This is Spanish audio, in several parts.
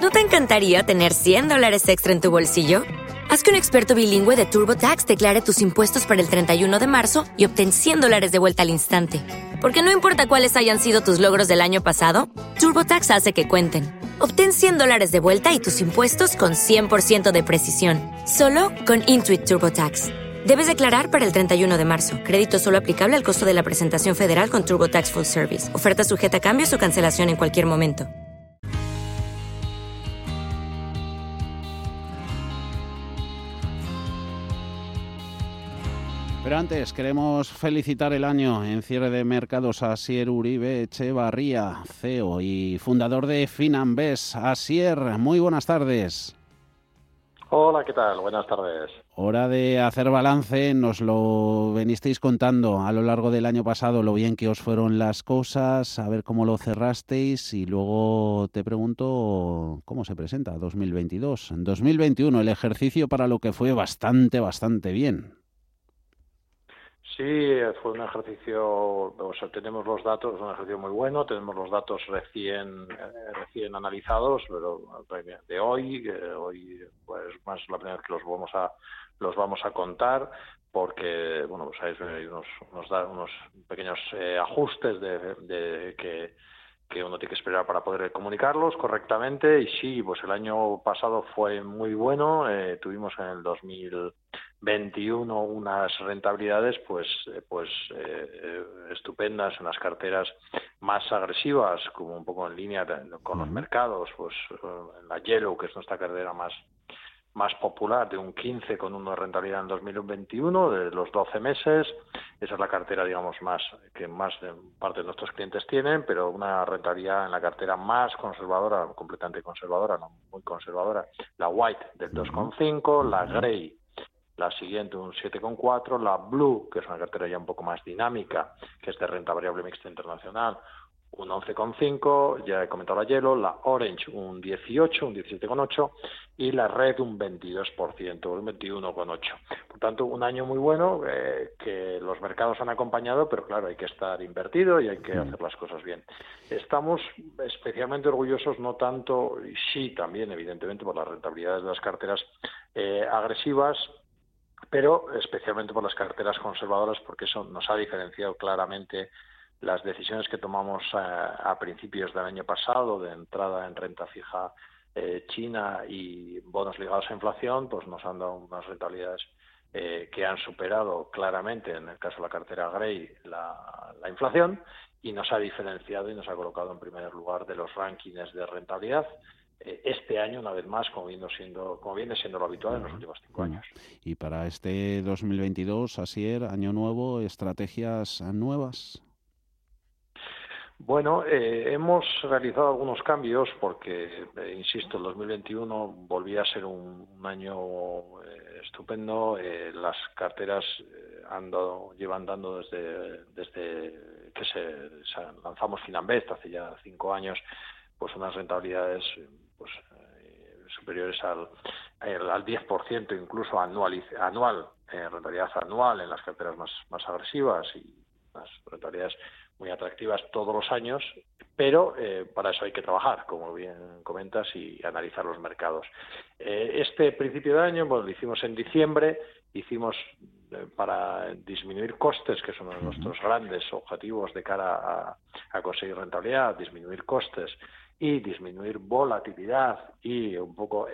¿No te encantaría tener $100 extra en tu bolsillo? Haz que un experto bilingüe de TurboTax declare tus impuestos para el 31 de marzo y obtén $100 de vuelta al instante. Porque no importa cuáles hayan sido tus logros del año pasado, TurboTax hace que cuenten. Obtén $100 de vuelta y tus impuestos con 100% de precisión, solo con Intuit TurboTax. Debes declarar para el 31 de marzo. Crédito solo aplicable al costo de la presentación federal con TurboTax Full Service. Oferta sujeta a cambios o cancelación en cualquier momento. Pero antes queremos felicitar el año en cierre de mercados a Asier Uribe Echevarría, CEO y fundador de Finanbest. Asier, muy buenas tardes. Hola, ¿qué tal? Buenas tardes. Hora de hacer balance, nos lo venisteis contando a lo largo del año pasado, lo bien que os fueron las cosas, a ver cómo lo cerrasteis y luego te pregunto cómo se presenta 2022. En 2021 el ejercicio para lo que fue bastante bien. Sí, fue un ejercicio, o sea, tenemos los datos, un ejercicio muy bueno, tenemos los datos recién analizados, pero de hoy pues más la primera vez que los vamos a contar, porque bueno, pues hay unos pequeños ajustes de que uno tiene que esperar para poder comunicarlos correctamente. Y sí, pues el año pasado fue muy bueno, tuvimos en el 2021 unas rentabilidades pues estupendas en las carteras más agresivas, como un poco en línea con los mercados, pues en la Yellow, que es nuestra cartera más popular, de un 15,1 de rentabilidad en 2021, de los 12 meses. Esa es la cartera, digamos, que más de parte de nuestros clientes tienen, pero una rentabilidad en la cartera más conservadora, completamente conservadora, no muy conservadora, la White del 2,5, la Grey, la siguiente un 7,4, la Blue, que es una cartera ya un poco más dinámica, que es de renta variable mixta internacional, un 11,5, ya he comentado la Yellow, la Orange un 18, un 17,8 y la Red un 22%, un 21,8. Por tanto, un año muy bueno que los mercados han acompañado, pero claro, hay que estar invertido y hay que hacer las cosas bien. Estamos especialmente orgullosos, no tanto, y sí también evidentemente por las rentabilidades de las carteras agresivas, pero especialmente por las carteras conservadoras, porque eso nos ha diferenciado claramente. Las decisiones que tomamos a principios del año pasado de entrada en renta fija China y bonos ligados a inflación, pues nos han dado unas rentabilidades que han superado claramente, en el caso de la cartera Grey, la inflación, y nos ha diferenciado y nos ha colocado en primer lugar de los rankings de rentabilidad este año, una vez más, como viene siendo lo habitual en los últimos 5 años. Y para este 2022, Asier, año nuevo, ¿estrategias nuevas? Bueno, hemos realizado algunos cambios porque, insisto, el 2021 volvía a ser un año estupendo. Las carteras llevan dando desde que lanzamos Finanbest hace ya 5 años, pues unas rentabilidades pues superiores al 10%, incluso anual, rentabilidad anual en las carteras más agresivas y unas rentabilidades muy atractivas todos los años, pero para eso hay que trabajar, como bien comentas, y analizar los mercados. Este principio de año, lo hicimos en diciembre, para disminuir costes, que es uno de nuestros grandes objetivos de cara a conseguir rentabilidad, disminuir costes y disminuir volatilidad y un poco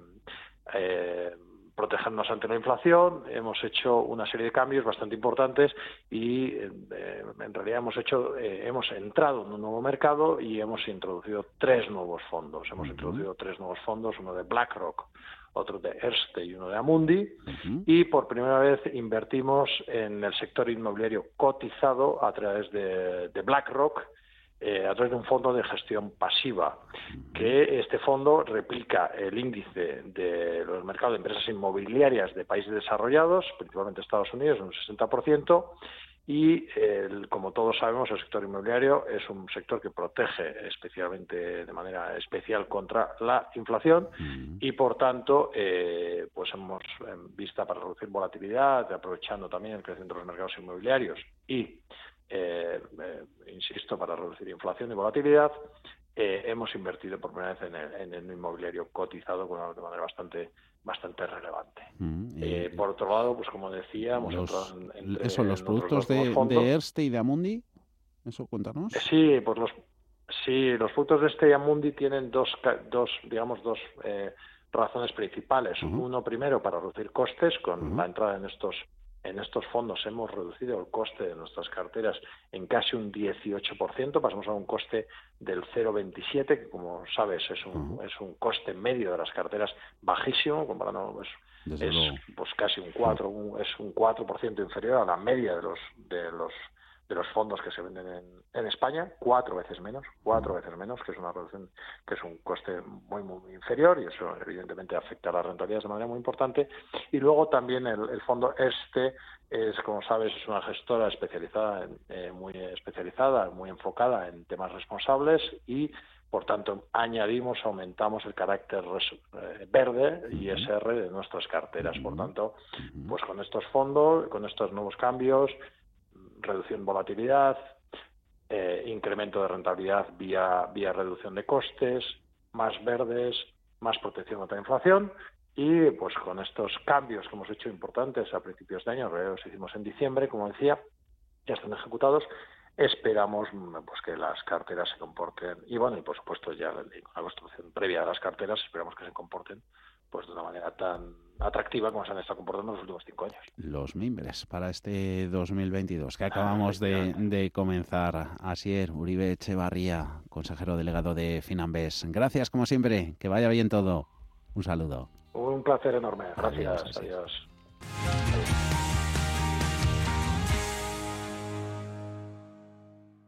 protegernos ante la inflación. Hemos hecho una serie de cambios bastante importantes y en realidad hemos entrado en un nuevo mercado y hemos introducido 3 nuevos fondos. Hemos introducido 3 nuevos fondos, uno de BlackRock, otro de Erste y uno de Amundi, y por primera vez invertimos en el sector inmobiliario cotizado a través de BlackRock, a través de un fondo de gestión pasiva, que este fondo replica el índice de los mercados de empresas inmobiliarias de países desarrollados, principalmente Estados Unidos, un 60%, y como todos sabemos, el sector inmobiliario es un sector que protege especialmente, de manera especial, contra la inflación y por tanto pues hemos, en vista para reducir volatilidad, aprovechando también el crecimiento de los mercados inmobiliarios y insisto, para reducir inflación y volatilidad, hemos invertido por primera vez en el inmobiliario cotizado de manera bastante relevante. Por otro lado, pues como decíamos, los productos de Erste y de Amundi, eso cuéntanos. Sí, pues los productos de Erste y Amundi tienen dos razones principales. Uno, primero, para reducir costes. Con la entrada en estos fondos hemos reducido el coste de nuestras carteras en casi un 18%. Pasamos a un coste del 0,27, que como sabes es un coste medio de las carteras bajísimo, comparando pues casi un 4% inferior a la media de los fondos que se venden en España, 4 veces menos, que es una reducción, que es un coste muy inferior, y eso evidentemente afecta a las rentabilidades de manera muy importante. Y luego también el fondo Erste es, como sabes, es una gestora muy especializada, muy enfocada en temas responsables, y por tanto aumentamos el carácter verde ISR de nuestras carteras. Por tanto, pues con estos fondos, con estos nuevos cambios, reducción de volatilidad, incremento de rentabilidad vía reducción de costes, más verdes, más protección contra la inflación, y pues con estos cambios que hemos hecho importantes a principios de año, los hicimos en diciembre, como decía, ya están ejecutados. Esperamos pues que las carteras se comporten, y por supuesto ya la construcción previa de las carteras esperamos que se comporten pues de una manera tan atractiva como se han estado comportando en los últimos 5 años. Los mimbres para este 2022 que acabamos de comenzar. Asier Uribe Etxebarria, consejero delegado de Finanbes. Gracias, como siempre. Que vaya bien todo. Un saludo. Un placer enorme. Gracias. Adiós.